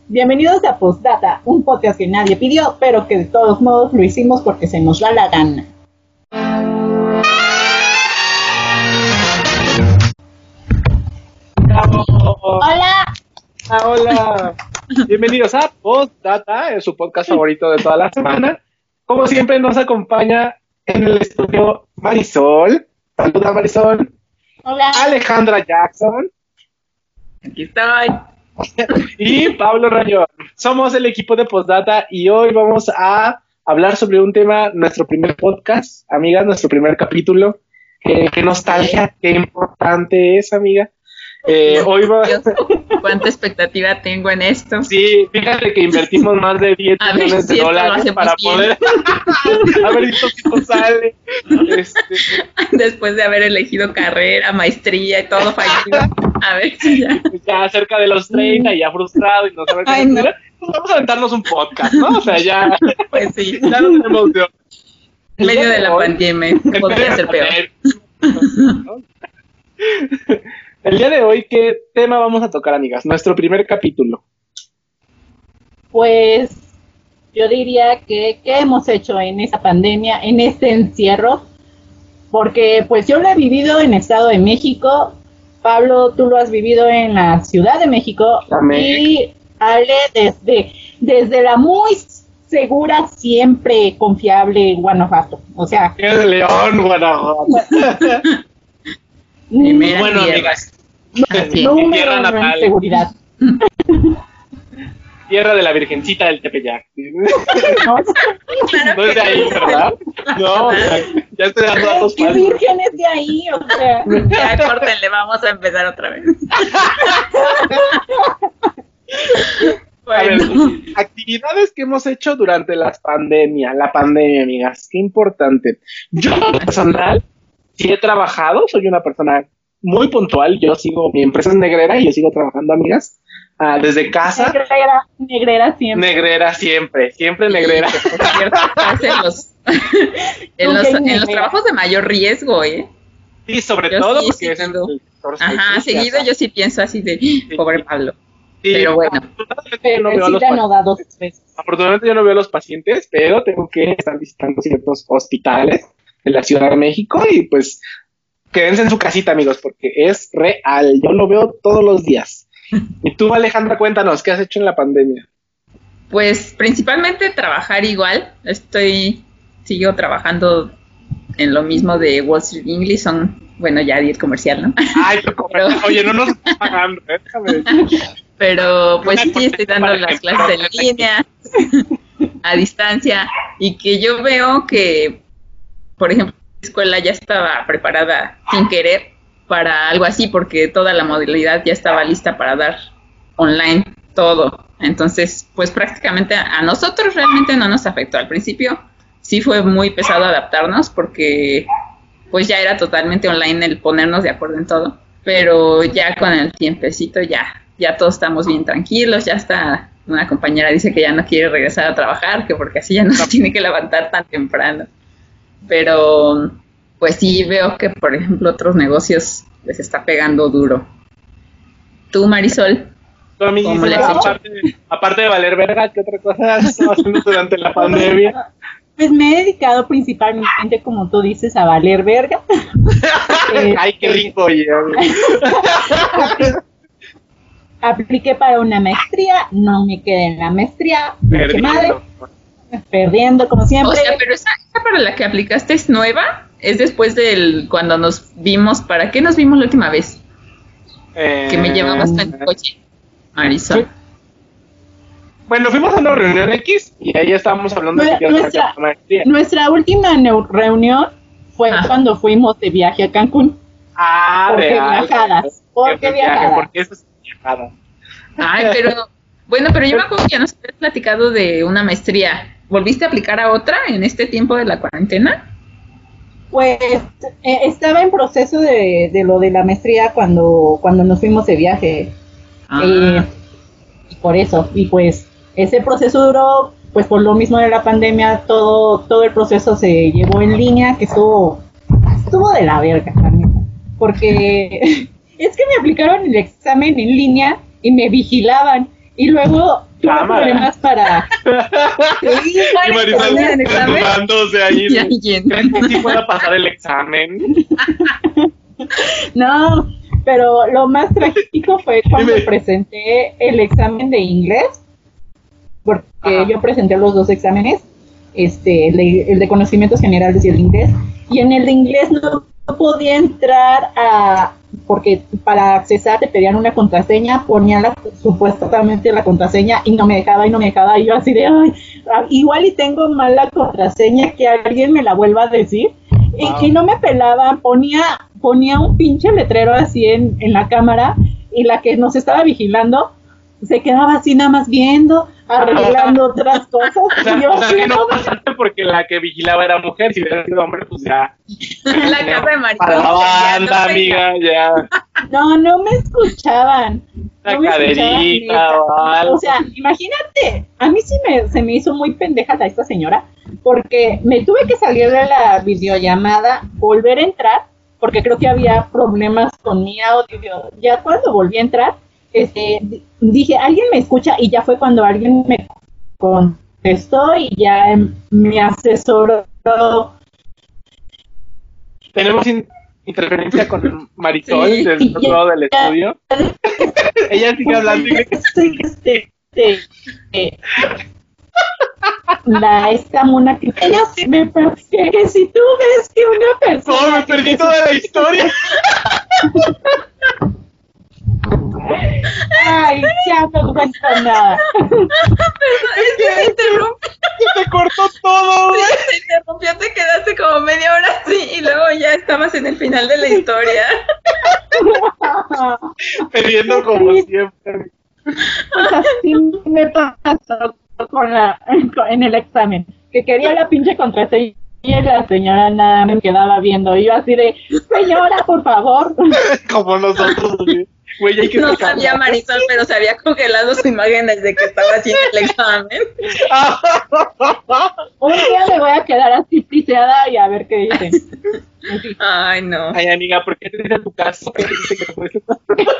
Bienvenidos a Postdata, un podcast que nadie pidió, pero que de todos modos lo hicimos porque se nos da la gana. Hola. Hola. Bienvenidos a Postdata, su podcast favorito de toda la semana. Como siempre nos acompaña en el estudio Marisol. Saluda, Marisol. Hola. Alejandra Jackson. Aquí estoy. Y Pablo Rayón. Somos el equipo de Postdata y hoy vamos a hablar sobre un tema, nuestro primer podcast, amigas, nuestro primer capítulo. Qué nostalgia, qué importante es, amiga. Hoy va... ¿Cuánta expectativa tengo en esto? Sí, fíjate que invertimos más de 10 millones de dólares para poder a ver si esto sale. Después de haber elegido carrera, maestría y todo fallido, a ver si ya cerca de los 30, ya frustrado y no saber qué hacer, pues vamos a aventarnos un podcast, ¿no? O sea, ya, pues sí, ya no tenemos de... En medio de la pandemia, podría ser peor. El día de hoy, ¿qué tema vamos a tocar, amigas? Nuestro primer capítulo. Pues yo diría que ¿qué hemos hecho en esa pandemia, en este encierro? Porque pues yo lo he vivido en Estado de México, Pablo, tú lo has vivido en la Ciudad de México. Amén. Y Ale desde la muy segura, siempre confiable Guanajuato. O sea, es León, Guanajuato. Bueno, amigas, número uno en seguridad. Tierra de la Virgencita del Tepeyac. No es de ahí, ¿verdad? No, ya estoy dando datos falsos. ¿Qué virgen es de ahí? O sea, ya córtenle, vamos a empezar otra vez. Bueno. A ver, actividades que hemos hecho durante la pandemia, amigas, qué importante. Yo, personal, sí he trabajado, soy una persona muy puntual, mi empresa es negrera y yo sigo trabajando, amigas, desde casa. Negrera siempre. Siempre negrera. En los trabajos de mayor riesgo, Sí, sobre todo porque es en el sector. Ajá, seguido yo sí pienso así de, pobre Pablo. Sí, pero bueno. Afortunadamente yo no veo a los pacientes, pero tengo que estar visitando ciertos hospitales en la Ciudad de México y pues quédense en su casita, amigos, porque es real. Yo lo veo todos los días. Y tú, Alejandra, cuéntanos, ¿qué has hecho en la pandemia? Pues principalmente trabajar igual. Sigo trabajando en lo mismo de Wall Street English. Bueno, ya 10 comercial, ¿no? Ay, oye, no nos estás pagando, déjame. Pero pues sí estoy dando las clases en línea, a distancia, y que yo veo que, por ejemplo, la escuela ya estaba preparada sin querer para algo así, porque toda la modalidad ya estaba lista para dar online todo. Entonces, pues prácticamente a nosotros realmente no nos afectó. Al principio sí fue muy pesado adaptarnos porque pues ya era totalmente online el ponernos de acuerdo en todo, pero ya con el tiempecito ya todos estamos bien tranquilos. Ya hasta una compañera dice que ya no quiere regresar a trabajar, que porque así ya no se tiene que levantar tan temprano. Pero pues sí veo que, por ejemplo, otros negocios les está pegando duro. ¿Tú, Marisol? ¿Tú, amiguísima, aparte de valer verga, qué otra cosa has estado haciendo durante la pandemia? Pues me he dedicado principalmente, como tú dices, a valer verga. Ay, qué rico, oye. Apliqué para una maestría, no me quedé en la maestría. Perdiendo, como siempre. O sea, pero esa para la que aplicaste es nueva, es después cuando nos vimos. ¿Para qué nos vimos la última vez? Que me llevabas en el coche, Marisol. Bueno, fuimos a una reunión X y ahí estábamos hablando de la maestría. Nuestra última reunión fue cuando fuimos de viaje a Cancún. Porque viajadas. Porque eso es viajada. Ay, pero yo me acuerdo que ya nos habías platicado de una maestría. ¿Volviste a aplicar a otra en este tiempo de la cuarentena? Pues estaba en proceso de lo de la maestría cuando nos fuimos de viaje. Por eso, y pues ese proceso duró, pues por lo mismo de la pandemia, todo el proceso se llevó en línea, que estuvo de la verga también, porque es que me aplicaron el examen en línea y me vigilaban. y luego tuve problemas para... Sí, y Marisol derrumbándose ahí. ¿Creen que sí pueda pasar el examen? No, pero lo más trágico fue cuando presenté el examen de inglés, porque yo presenté los dos exámenes, el de conocimientos generales y el de inglés, y en el de inglés no podía entrar porque para accesar te pedían una contraseña, ponía supuestamente la contraseña y no me dejaba, y yo así de, ay, igual y tengo mal la contraseña, que alguien me la vuelva a decir, y no me pelaban, ponía un pinche letrero así en la cámara, y la que nos estaba vigilando se quedaba así nada más viendo, arreglando otras cosas. Que no pasaste porque la que vigilaba era mujer, si hubiera sido hombre, pues ya. La casa de Marisol. Para la banda, amiga, ya. No me escuchaban. La caderita o algo. O sea, imagínate, a mí sí se me hizo muy pendeja esta señora, porque me tuve que salir de la videollamada, volver a entrar, porque creo que había problemas con mi audio. Ya cuando volví a entrar, dije, alguien me escucha, y ya fue cuando alguien me contestó y ya me asesoró. Tenemos interferencia con Marisol desde el otro lado del estudio. Ella sigue hablando. Esta mona que me parece que si tú ves que una persona... ¡Oh, me perdí toda la historia! Ay, ya no cuento nada. Es que se interrumpió. Se cortó todo, güey. Se interrumpió, te quedaste como media hora así y luego ya estabas en el final de la historia. Perdiendo como siempre. Pues así me pasó en el examen, que quería la pinche contraseña y la señora nada me quedaba viendo, y yo así de, señora, por favor. Como nosotros, güey, hay que no sabía Marisol, pero se había congelado su imagen desde que estaba haciendo el examen. Un día me voy a quedar así friseada y a ver qué dicen. Ay, no. Ay, amiga, ¿por qué te dice tu caso? ¿Qué te dice que puedes estar?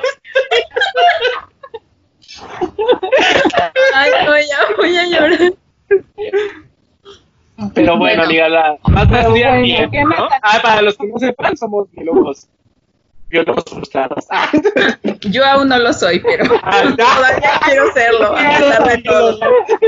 Ay, no, ya voy a llorar. Pero bueno, amiga, la más estudiar bueno, bien, ¿no? Para los que no sepan, somos biólogos frustrados. Yo aún no lo soy, pero todavía quiero serlo, a pesar de todo.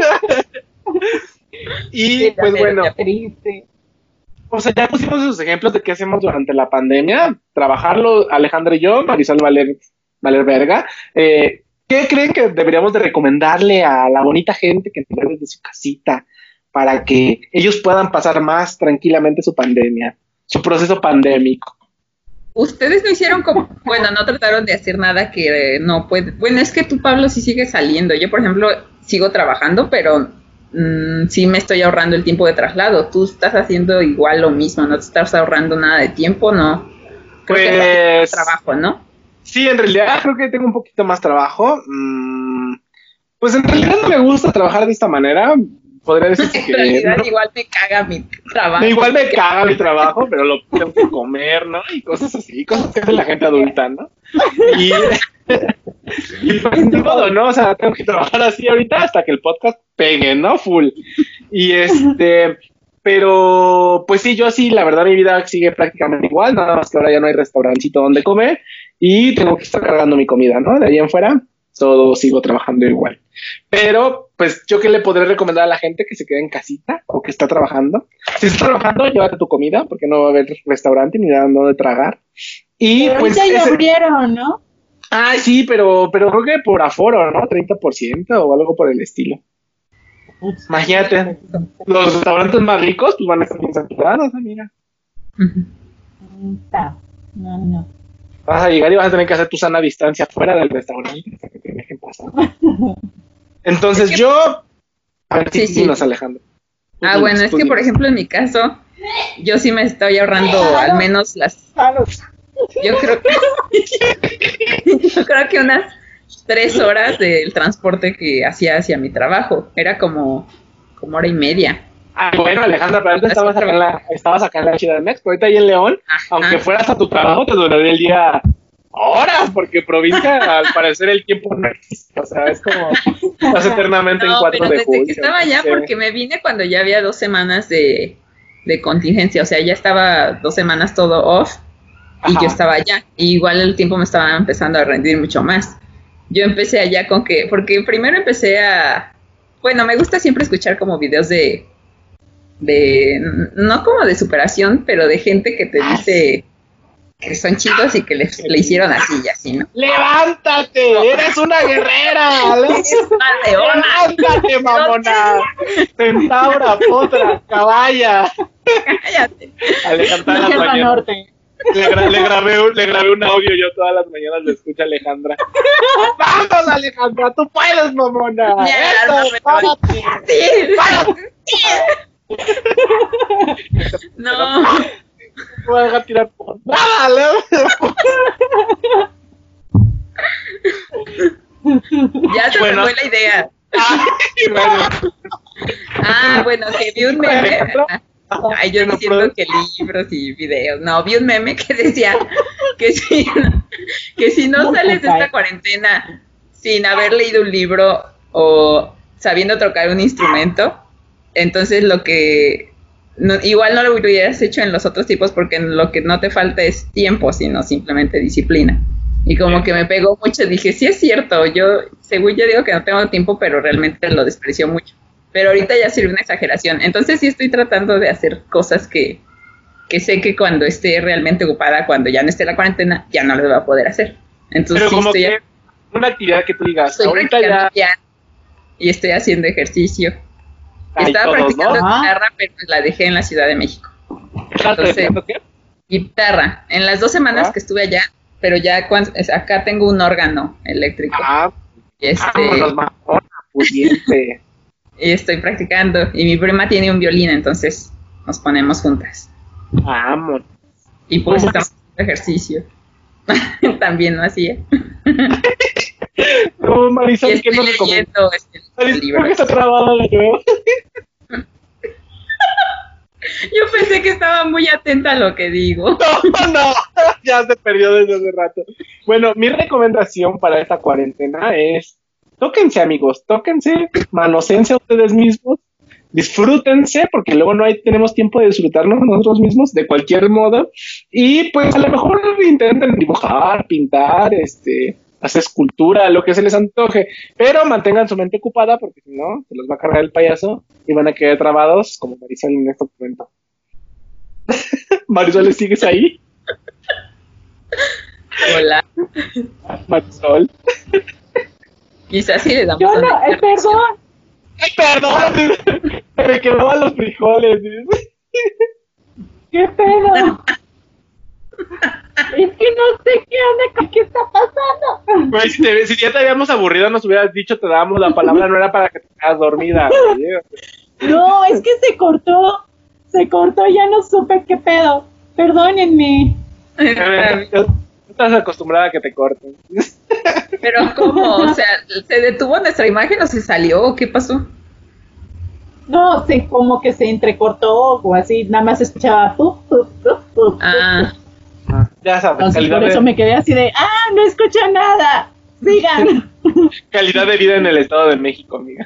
Y pues bueno, o sea, ya pusimos esos ejemplos de qué hacemos durante la pandemia, trabajarlo Alejandra y yo, Marisol Valer verga. ¿Qué creen que deberíamos de recomendarle a la bonita gente que nos ve desde su casita para que ellos puedan pasar más tranquilamente su pandemia, su proceso pandémico? Ustedes no hicieron como, bueno, no trataron de hacer nada que no puede. Bueno, es que tú, Pablo, sí sigues saliendo. Yo, por ejemplo, sigo trabajando, pero sí me estoy ahorrando el tiempo de traslado. Tú estás haciendo igual lo mismo, no te estás ahorrando nada de tiempo, ¿no? Creo que es trabajo, ¿no? Sí, en realidad creo que tengo un poquito más trabajo. Pues en realidad no me gusta trabajar de esta manera. Podría decir que... En realidad igual me caga mi trabajo. Igual me caga mi trabajo, pero lo tengo que comer, ¿no? Y cosas así, cosas que hace la gente adulta, ¿no? Y pues ni modo, ¿no? O sea, tengo que trabajar así ahorita hasta que el podcast pegue, ¿no? Full. Y pero pues sí, yo sí, la verdad mi vida sigue prácticamente igual, nada más que ahora ya no hay restaurancito donde comer y tengo que estar cargando mi comida, ¿no? De ahí en fuera, todo sigo trabajando igual. Pero, pues, ¿yo qué le podré recomendar a la gente que se quede en casita o que está trabajando? Si estás trabajando, llévate tu comida porque no va a haber restaurante ni nada donde tragar. Y pero pues ya abrieron, ¿no? Ah, sí, pero creo que por aforo, ¿no? 30% o algo por el estilo. Imagínate, los restaurantes más ricos pues van a estar bien saturados, amiga. No. Vas a llegar y vas a tener que hacer tu sana distancia fuera del restaurante hasta que te dejen pasar. Entonces es que... yo... A ver, sí. Alejandro. Bueno, es que por ejemplo en mi caso, yo sí me estoy ahorrando al menos las... Yo creo que unas 3 horas del transporte que hacía hacia mi trabajo. Era como hora y media. Bueno, Alejandra, pero antes estabas acá en la Ciudad de México, ahorita ahí en León, ajá. Aunque fueras a tu trabajo, te duraría el día horas, porque provincia al parecer el tiempo no existe, o sea, es como estás eternamente en 4 pero de desde julio. que estaba allá, porque me vine cuando ya había 2 semanas de contingencia, o sea, ya estaba 2 semanas todo off y yo estaba allá, y igual el tiempo me estaba empezando a rendir mucho más. Yo empecé allá porque primero empecé bueno, me gusta siempre escuchar como videos de no como de superación, pero de gente que te dice que son chicos y que le hicieron así y así, ¿no? ¡Levántate! ¡Eres una guerrera! ¡Eres una leona! ¡Levántate, mamona! Centaura, potra, caballa. ¡Cállate! Alejandra La las Selva mañanas. Norte. Le grabé un audio, yo todas las mañanas lo escucho a Alejandra. ¡Vamos, Alejandra! ¡Tú puedes, mamona! Mi alarma ¡Eso! me va a ¡Párate! No, No voy a dejar tirar por nada, ya se me Bueno. fue la idea. Bueno. Bueno, que vi un meme. Ay, yo No, diciendo que libros y videos. No, vi un meme que decía que si no Muy sales de hentai. esta cuarentena sin haber leído un libro o sabiendo tocar un instrumento, entonces igual no lo hubieras hecho en los otros tipos, porque lo que no te falta es tiempo, sino simplemente disciplina. Y como que me pegó mucho, dije, sí es cierto, según yo digo que no tengo tiempo, pero realmente lo desprecio mucho. Pero ahorita ya sirve una exageración. Entonces sí estoy tratando de hacer cosas que sé que cuando esté realmente ocupada, cuando ya no esté la cuarentena, ya no las voy a poder hacer. Entonces Pero sí como estoy, que una actividad que tú digas, estoy ahorita practicando ya... piano y estoy haciendo ejercicio. Ay, Estaba todos, practicando ¿no? guitarra, pero la dejé en la Ciudad de México. ¿Estás practicando qué? Guitarra, en las 2 semanas Ah. que estuve allá, pero ya acá tengo un órgano eléctrico. Y Vámonos, mamona, pudiente. y estoy practicando. Y mi prima tiene un violín, entonces nos ponemos juntas. Vámonos. Y pues ¿Cómo estamos haciendo ejercicio. También lo hacía. No, Y Marisol, ¿qué estoy nos recomiendas? leyendo el Marisol, libro. ¿por qué está trabada de nuevo? Yo pensé que estaba muy atenta a lo que digo. No, ya se perdió desde hace rato. Bueno, mi recomendación para esta cuarentena es, tóquense, amigos, tóquense, manoséense a ustedes mismos, disfrútense, porque luego tenemos tiempo de disfrutarnos nosotros mismos de cualquier modo, y pues a lo mejor intenten dibujar, pintar, hacer escultura, lo que se les antoje, pero mantengan su mente ocupada, porque si no, se los va a cargar el payaso y van a quedar trabados como Marisol en este momento. Marisol, ¿sigues ahí? Hola. Marisol. Quizás sí le damos Yo una no, interrupción. perdón, ¡Ay, perdón! Me quemaban los frijoles. ¿qué pedo? Es que no sé qué onda, ¿qué está pasando? Güey, si ya te habíamos aburrido, nos hubieras dicho, te dábamos la palabra, no era para que te quedas dormida. Güey. No, es que se cortó, ya no supe qué pedo. Perdónenme. Estás acostumbrada a que te corten. Pero ¿cómo? O sea, ¿se detuvo nuestra imagen o se salió o qué pasó? No, como que se entrecortó o así, nada más escuchaba pup, pup, pup, pup, Ah, Ya sabes, entonces por eso me quedé así de, no escucho nada, sigan. calidad de vida en el Estado de México, amiga.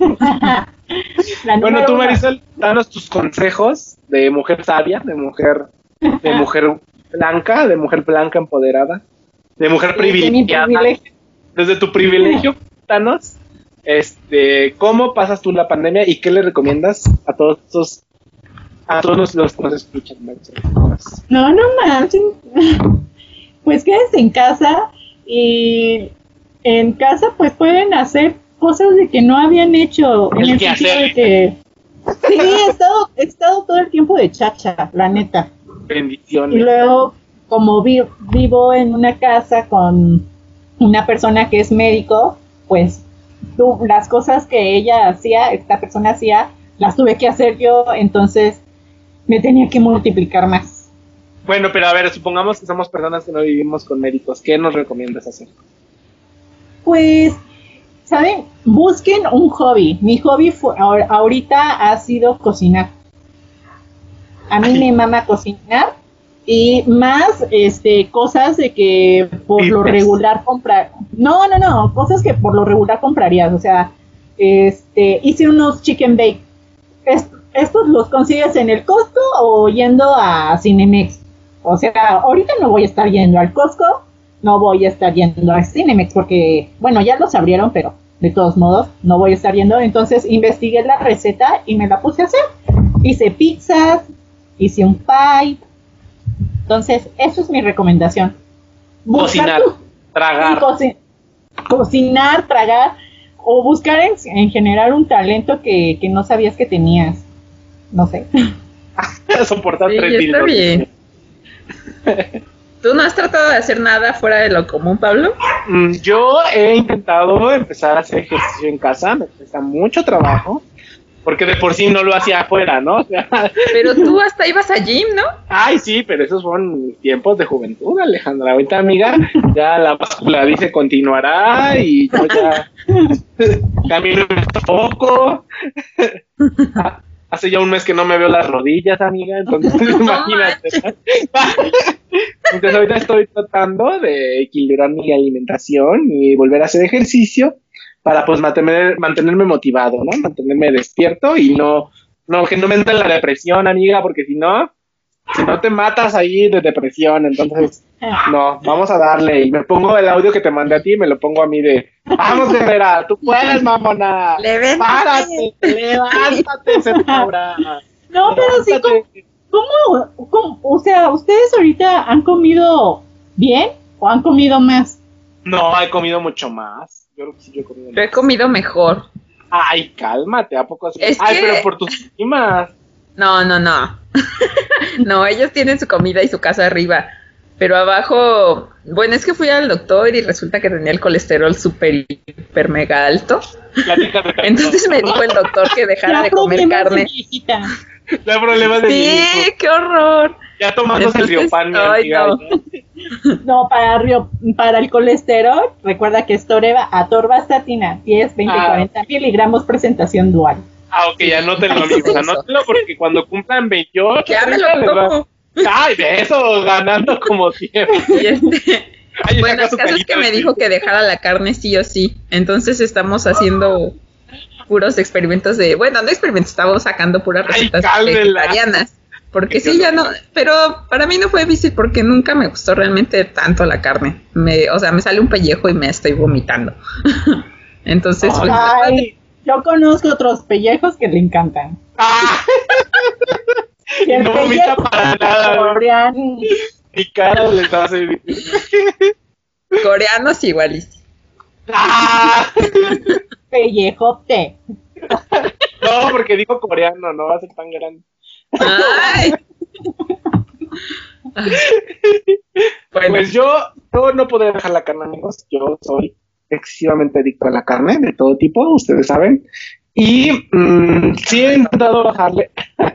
La Bueno, número tú, 1. Marisol, danos tus consejos de mujer sabia, de mujer blanca, de mujer blanca empoderada, de mujer Desde mi privilegiada. privilegio. Desde tu privilegio, danos, ¿cómo pasas tú la pandemia y qué le recomiendas a todos los que nos escuchan, Marisol? No manches. Pues quédense en casa y en casa pues pueden hacer cosas de que no habían hecho. En el sentido de que sí, he estado todo el tiempo de chacha, la neta. Bendiciones. Y luego, como vivo en una casa con una persona que es médico, pues las cosas que esta persona hacía, las tuve que hacer yo, entonces me tenía que multiplicar más. Bueno, pero a ver, supongamos que somos personas que no vivimos con médicos. ¿Qué nos recomiendas hacer? Pues, ¿saben? Busquen un hobby. Mi hobby ahorita ha sido cocinar. A mí me mama cocinar y más cosas de que por lo regular comprar. No, cosas que por lo regular comprarías, o sea, hice unos chicken bake. Estos los consigues en el Costco o yendo a Cinemex. O sea, ahorita no voy a estar yendo al Costco, no voy a estar yendo a Cinemex porque, bueno, ya los abrieron, pero de todos modos no voy a estar yendo. Entonces investigué la receta y me la puse a hacer. Hice pizzas, hice un pie. Entonces, eso es mi recomendación. Cocinar, tragar. Cocinar, tragar, o buscar en general un talento que no sabías que tenías. No sé. Soportar sí, 3 está bien. ¿Tú no has tratado de hacer nada fuera de lo común, Pablo? Yo he intentado empezar a hacer ejercicio en casa, me cuesta mucho trabajo, porque de por sí no lo hacía afuera, ¿no? O sea, pero tú hasta ibas a gym, ¿no? Ay, sí, pero esos son tiempos de juventud, Alejandra. Ahorita, amiga, ya la báscula dice continuará y yo ya camino un poco. Hace ya un mes que no me veo las rodillas, amiga, entonces imagínate. Entonces ahorita estoy tratando de equilibrar mi alimentación y volver a hacer ejercicio para pues mantenerme motivado, ¿no? Mantenerme despierto y no que no me entre la depresión, amiga, porque si no te matas ahí de depresión. Entonces, no, vamos a darle. Y me pongo el audio que te mandé a ti y me lo pongo a mí de, vamos, Guerrera, tú puedes, mamona. Párate, levántate, Sephora. No, pero sí, ¿cómo? O sea, ¿ustedes ahorita han comido bien o han comido más? No, he comido mucho más. Yo creo que sí, yo he comido más. Yo he comido mejor. Ay, cálmate, ¿a poco así? Es Ay, que... pero por tus primas. No. No, ellos tienen su comida y su casa arriba. Pero abajo, bueno, es que fui al doctor y resulta que tenía el colesterol súper, hiper, mega alto. Entonces me dijo el doctor que dejara de comer carne. Da problemas de sí, qué horror. Ya tomándose el Riopan. No, para el colesterol, recuerda que es atorvastatina, 10, 20, 40 miligramos, presentación dual. Ah, ok, anótenlo, amigos, anótenlo porque cuando cumplan 28... Ya me lo tomo. Ay, de eso, ganando como siempre. Y bueno, el caso es que me dijo que dejara la carne sí o sí. Entonces estamos haciendo puros experimentos no experimentos, estamos sacando puras recetas vegetarianas. Porque sí, ya no, pero para mí no fue difícil porque nunca me gustó realmente tanto la carne. Me sale un pellejo y me estoy vomitando. Entonces, ay, yo conozco otros pellejos que le encantan. Y no vomita para nada. Coreano. Mi cara les hace. Coreanos igualísimos. Pellejote. No, porque dijo coreano, no va a ser tan grande. Ay. Bueno. Pues yo no podré dejar la carne, amigos. Yo soy excesivamente adicto a la carne de todo tipo, ustedes saben. Y sí he intentado bajarle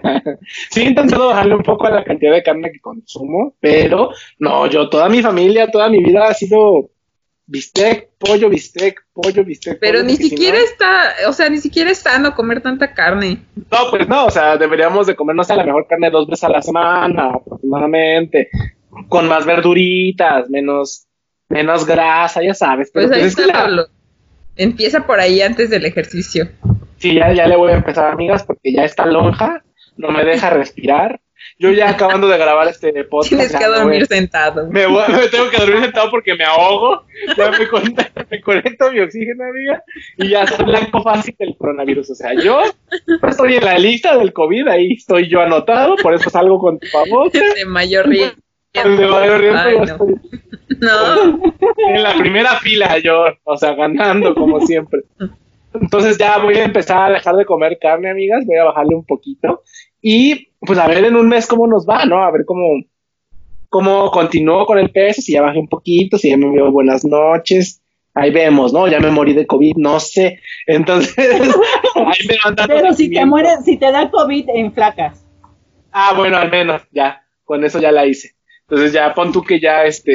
un poco a la cantidad de carne que consumo, pero no, toda mi familia, toda mi vida ha sido bistec, pollo, bistec. Pero ni siquiera ni siquiera es sano comer tanta carne. No, pues no, o sea, deberíamos de comernos a la mejor carne 2 veces a la semana, aproximadamente, con más verduritas, menos grasa, ya sabes. Pues ahí está, Pablo. Empieza por ahí antes del ejercicio. Sí, ya le voy a empezar, amigas, porque ya esta lonja no me deja respirar. Yo ya acabando de grabar este podcast. Tienes que dormir sentado. Me tengo que dormir sentado porque me ahogo. Ya me conecto mi oxígeno, amiga. Y ya soy blanco fácil del coronavirus. O sea, yo estoy en la lista del COVID, ahí estoy yo anotado, por eso salgo con tu favor. De mayor riesgo. De mayor riesgo. Ay, no. En la primera fila yo, o sea, ganando como siempre. Entonces ya voy a empezar a dejar de comer carne, amigas, voy a bajarle un poquito y pues a ver en un mes cómo nos va, ¿no? A ver cómo continúo con el peso, si ya bajé un poquito, si ya me veo buenas noches, ahí vemos, ¿no? Ya me morí de COVID, no sé, entonces ahí me van dando. Pero si te da COVID en flacas. Ah, bueno, al menos, ya, con eso ya la hice. Entonces ya pon tú que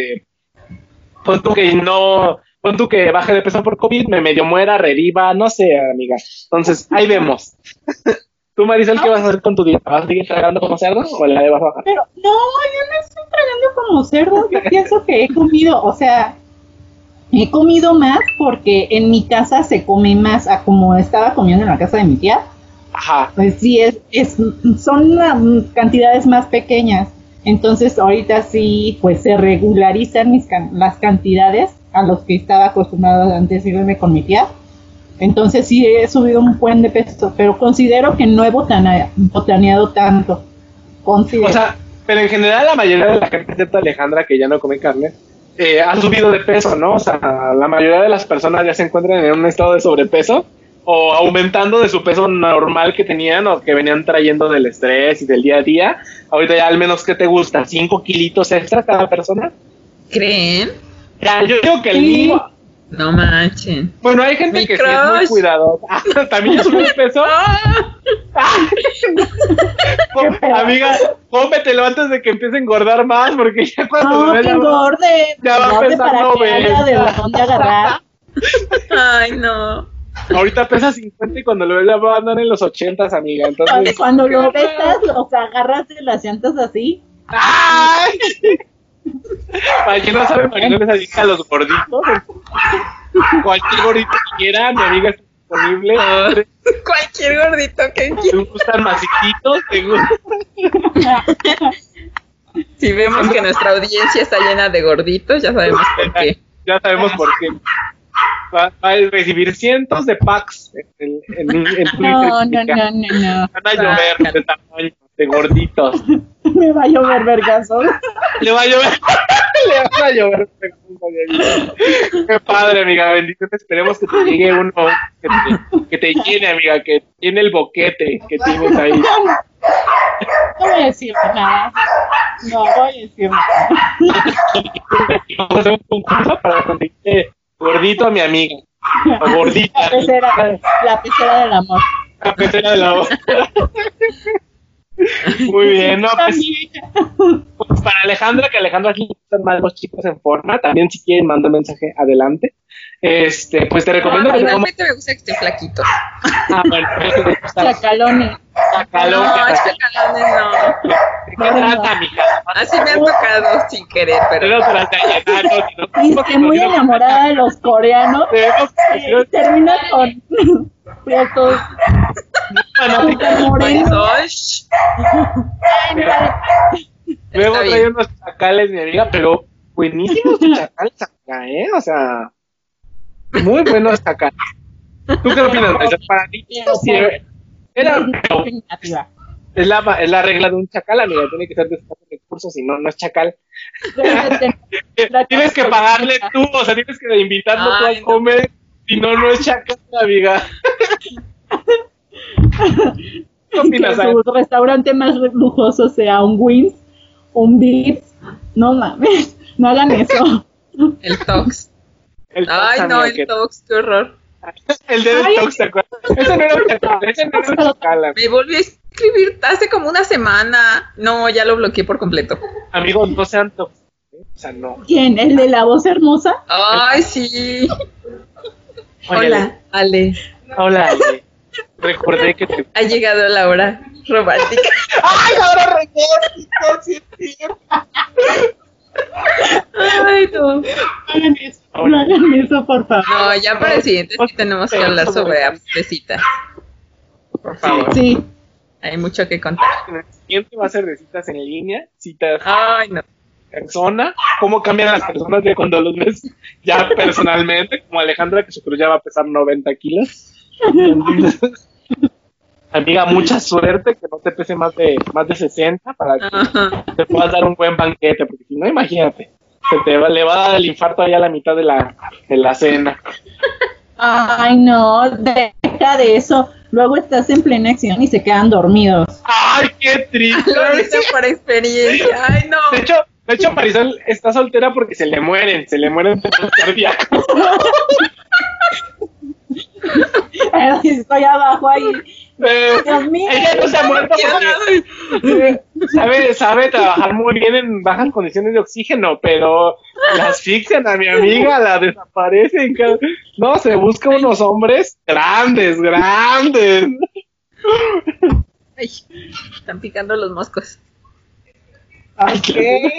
pon tú que baje de peso por COVID, me medio muera, reviva, no sé, amiga. Entonces, ahí vemos. ¿Tú, Marisol, qué vas a hacer con tu dieta? ¿Vas a seguir tragando como cerdo o la vas a bajar? Pero no, yo no estoy tragando como cerdo. Yo pienso que he comido, o sea, he comido más porque en mi casa se come más a como estaba comiendo en la casa de mi tía. Ajá. Pues sí, son cantidades más pequeñas. Entonces ahorita sí, pues se regularizan las cantidades a los que estaba acostumbrado antes irme con mi tía. Entonces sí he subido un buen de peso, pero considero que no he botaneado tanto. Considero. O sea, pero en general la mayoría de la gente, excepto Alejandra, que ya no come carne, ha subido de peso, ¿no? O sea, la mayoría de las personas ya se encuentran en un estado de sobrepeso o aumentando de su peso normal que tenían o que venían trayendo del estrés y del día a día. Ahorita ya al menos, ¿qué te gusta? ¿5 kilitos extra cada persona? ¿Creen? Ya, yo digo que el mínimo... No manchen. Bueno, hay gente Mi que crush. sí es muy cuidadosa. ¿También ya subió de peso? Amiga, cómetelo antes de que empiece a engordar más, porque ya cuando No, que engorde. ya va a Engorde pesar para que 90. haya de dónde agarrar. Ay, no. Ahorita pesa 50 y cuando lo ves ya va a andar en los 80, amiga. Entonces, Cuando lo besas, o sea, agarras de las llantas así. ¡ay! Para quien no sabe, Marisol es adicta a los gorditos. Cualquier gordito que quiera, mi amiga está disponible. Cualquier gordito que ¿Te quiera. gustan masiquitos? ¿Te gustan? Si vemos que nuestra audiencia está llena de gorditos, ya sabemos por qué. Ya sabemos por qué. Va a recibir cientos de packs en Twitter. No. Van a llover de tamaño, de gorditos. Me va a llover vergazos. Le va a llover. Le van a llover. Qué padre, amiga. Bendiciones. Esperemos que te llegue uno que te llene, amiga. Que tiene el boquete que tienes ahí. No voy a decir nada. No voy a decir nada. Vamos a hacer un concurso para conseguir gordito a mi amiga. O gordita. La pecera del amor. La pecera de la voz. Muy bien, no, pues para Alejandra, que Alejandra aquí están más los chicos en forma, también si quieren mandar mensaje adelante, pues te recomiendo que Realmente me gusta que estén flaquitos. bueno, Chacalones. Chacalones. No, chacalones no. ¿De qué trata, amiga? Así me han tocado sin querer, pero No trata de llenarnos, sino Dice muy enamorada de los coreanos. Termina con prietos morenos. Pues, luego Está bien. trae unos chacales, mi amiga, pero buenísimos tus chacales acá, o sea, muy buenos chacales. ¿Tú qué opinas? Para ti, sí, es la regla de un chacal, amiga, tiene que ser de escasos recursos, si no, no es chacal. Tienes que pagarle tú, o sea, tienes que invitarlo tú a comer, si no, no es chacal, amiga. ¿Qué opinas? Que su restaurante más lujoso sea un Wings, un Vips. No mames, no hagan eso. el Tox. Ay, no, el Tox, qué horror. El de Tox, ¿te acuerdas? Ese no era un chacal, ese no era un chacal. Me volví a escribir hace como una semana. No, ya lo bloqueé por completo. Amigos, no sean Tox. O sea, no. ¿Quién? ¿El de la voz hermosa? Ay, sí. Oye, Hola, Ale. Hola, Ale. Recordé que te... Ha llegado la hora romántica. ¡Ay, ahora romántica! Sí, es cierto. Ay, no. No hagan eso, por favor. No, ya para el siguiente sí tenemos que hablar sobre apps de citas. Por favor. Sí. Hay mucho que contar. El siguiente va a ser de citas en línea, citas Ay, no. persona, cómo cambian las personas de cuando los ves ya personalmente, como Alejandra, que su cruz ya va a pesar 90 kilos. Entonces, amiga, mucha suerte, que no te pese más de 60 para que te puedas dar un buen banquete, porque si no, imagínate, le va a dar el infarto allá a la mitad de la cena. Ay, no, deja de eso. Luego estás en plena acción y se quedan dormidos. ¡Ay, qué triste! Lo hice por experiencia. Ay, no. De hecho, Marisol está soltera porque se le mueren temas cardíacos. Estoy abajo ahí. Dios mío. Ella no se ha muerto porque sabe trabajar muy bien en bajas condiciones de oxígeno, pero la asfixian a mi amiga, la desaparecen. No, se busca unos hombres grandes. Ay, están picando los moscos. Ok.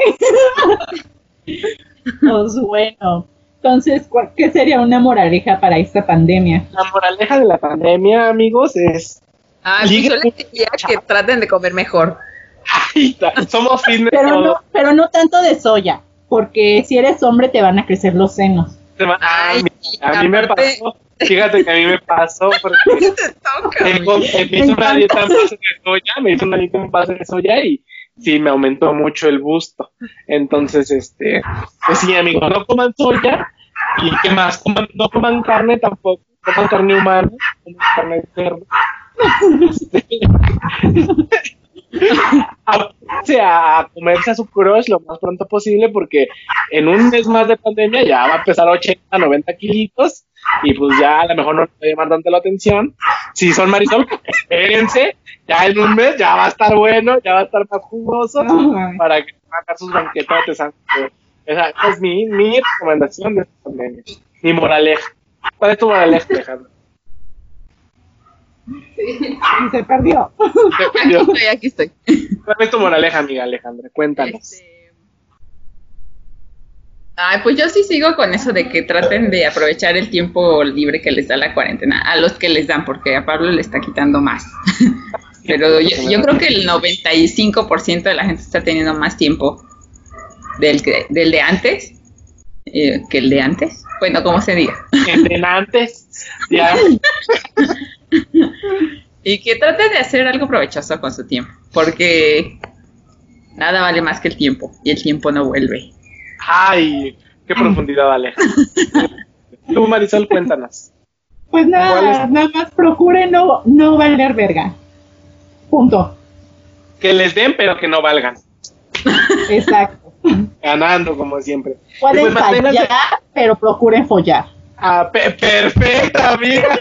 Pues bueno. Entonces, ¿qué sería una moraleja para esta pandemia? La moraleja de la pandemia, amigos, es... Pues yo les diría que traten de comer mejor. Ay, somos fitness pero no tanto de soya, porque si eres hombre te van a crecer los senos. A mí me pasó. Fíjate que a mí me pasó porque me hizo una dieta en base de soya, y sí, me aumentó mucho el busto. Entonces, pues sí, amigos, no coman soya. ¿Y qué más? No coman carne tampoco. Coman carne humana, coman carne de cerdo. A comerse a su crush lo más pronto posible, porque en un mes más de pandemia ya va a pesar 80, 90 kilitos, y pues ya a lo mejor no le va a llamar tanto la atención. Si son Marisol, espérense, ya en un mes ya va a estar bueno, ya va a estar más jugoso, para que hagan sus banquetotes. Esa es mi recomendación de esta pandemia, mi moraleja. ¿Cuál es tu moraleja, Alejandro? Sí, se perdió. Aquí estoy. ¿Cuál es tu moraleja, amiga Alejandra? Cuéntanos. Pues yo sí sigo con eso de que traten de aprovechar el tiempo libre que les da la cuarentena, a los que les dan, porque a Pablo le está quitando más. Pero yo creo que el 95% de la gente está teniendo más tiempo del de antes que el de antes. Bueno, como se diga. El de antes, ya. Y que traten de hacer algo provechoso con su tiempo, porque nada vale más que el tiempo, y el tiempo no vuelve. Ay, qué profundidad, Aleja. Tú, Marisol, cuéntanos. Pues nada más procure no valer verga. Punto. Que les den, pero que no valgan. Exacto. Ganando, como siempre. Pueden fallar, pero procuren follar. Perfecta, amiga.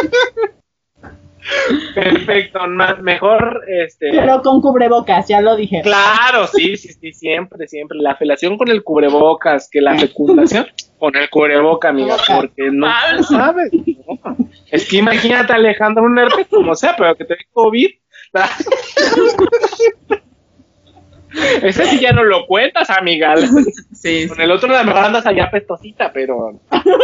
Perfecto, mejor Pero con cubrebocas, ya lo dije. Claro, sí, siempre. La felación con el cubrebocas, que la fecundación con el cubreboca, amiga, porque no sabes. No. Es que imagínate, Alejandro, un herpes, como sea, pero que te dé COVID. Ese sí ya no lo cuentas, amiga. Sí. Con el otro a lo mejor andas allá pestosita, pero...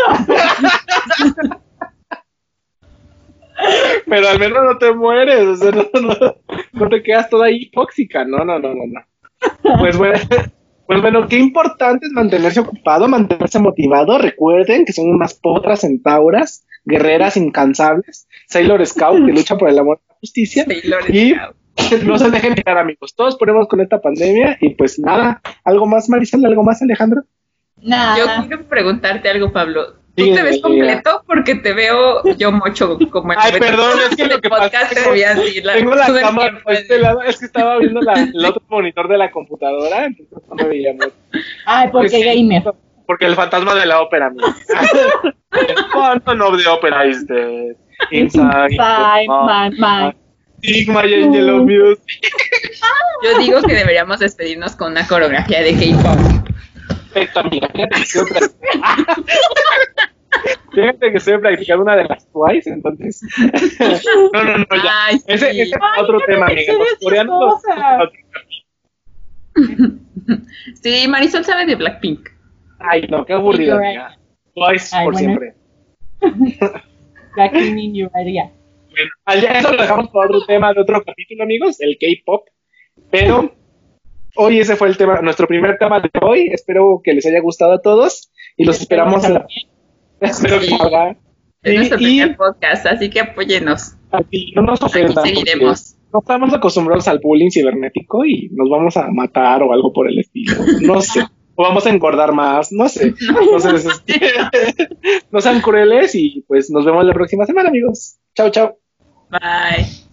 Pero al menos no te mueres, o sea, no te quedas toda ahí tóxica, no. Pues bueno, qué importante es mantenerse ocupado, mantenerse motivado. Recuerden que son unas potras centauras, guerreras incansables, Sailor Scout, que lucha por el amor y la justicia. Y no se dejen mirar, amigos. Todos ponemos con esta pandemia y pues nada. ¿Algo más, Marisol? ¿Algo más, Alejandro? Nada. Yo quiero preguntarte algo, Pablo. ¿Tú te ves completo? Porque te veo yo mocho como el... Ay, perdón, es que lo que pasa es que tengo la cámara por este lado, es que estaba viendo el otro monitor de la computadora, entonces no me veía mucho. Ay, porque gamer. Porque el fantasma de la ópera, amigo. Phantom of the Opera is dead. Inside my mind. Sigma y Angel of Music. Yo digo que deberíamos despedirnos con una coreografía de K-pop. Perfecto, amiga. Fíjate que estoy practicando una de las Twice, entonces. No, ya. Ay, sí. Ese es otro tema, amiga. Los coreanos. Sí, Marisol sabe de Blackpink. Ay, no, qué aburrido, amiga. Twice por siempre. Blackpink in your area. Bueno, eso lo dejamos para otro tema de otro capítulo, amigos, el K-pop. Pero hoy ese fue el tema, nuestro primer tema de hoy. Espero que les haya gustado a todos y los esperamos en la... Espero que hagan. Es nuestro primer podcast, así que apóyenos. Aquí no nos ofendan. Aquí seguiremos. No estamos acostumbrados al bullying cibernético y nos vamos a matar o algo por el estilo. No sé. O vamos a engordar más, no sé. Entonces, no sean crueles y pues nos vemos la próxima semana, amigos. Chao. Bye.